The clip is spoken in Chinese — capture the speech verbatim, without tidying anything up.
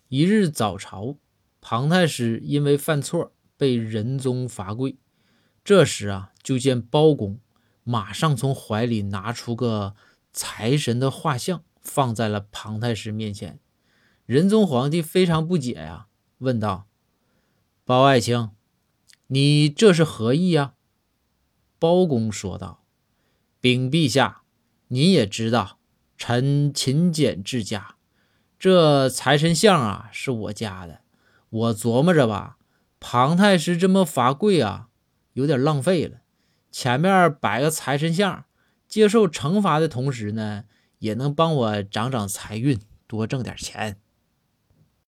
一日早朝，庞太师因为犯错被仁宗罚跪。这时啊，就见包公马上从怀里拿出个财神的画像，放在了庞太师面前。仁宗皇帝非常不解呀、啊，问道：包爱卿，你这是何意呀、啊？包公说道：禀陛下，您也知道臣勤俭治家，这财神像啊是我家的，我琢磨着吧，庞太师这么罚跪啊有点浪费了，前面摆个财神像，接受惩罚的同时呢，也能帮我涨涨财运，多挣点钱。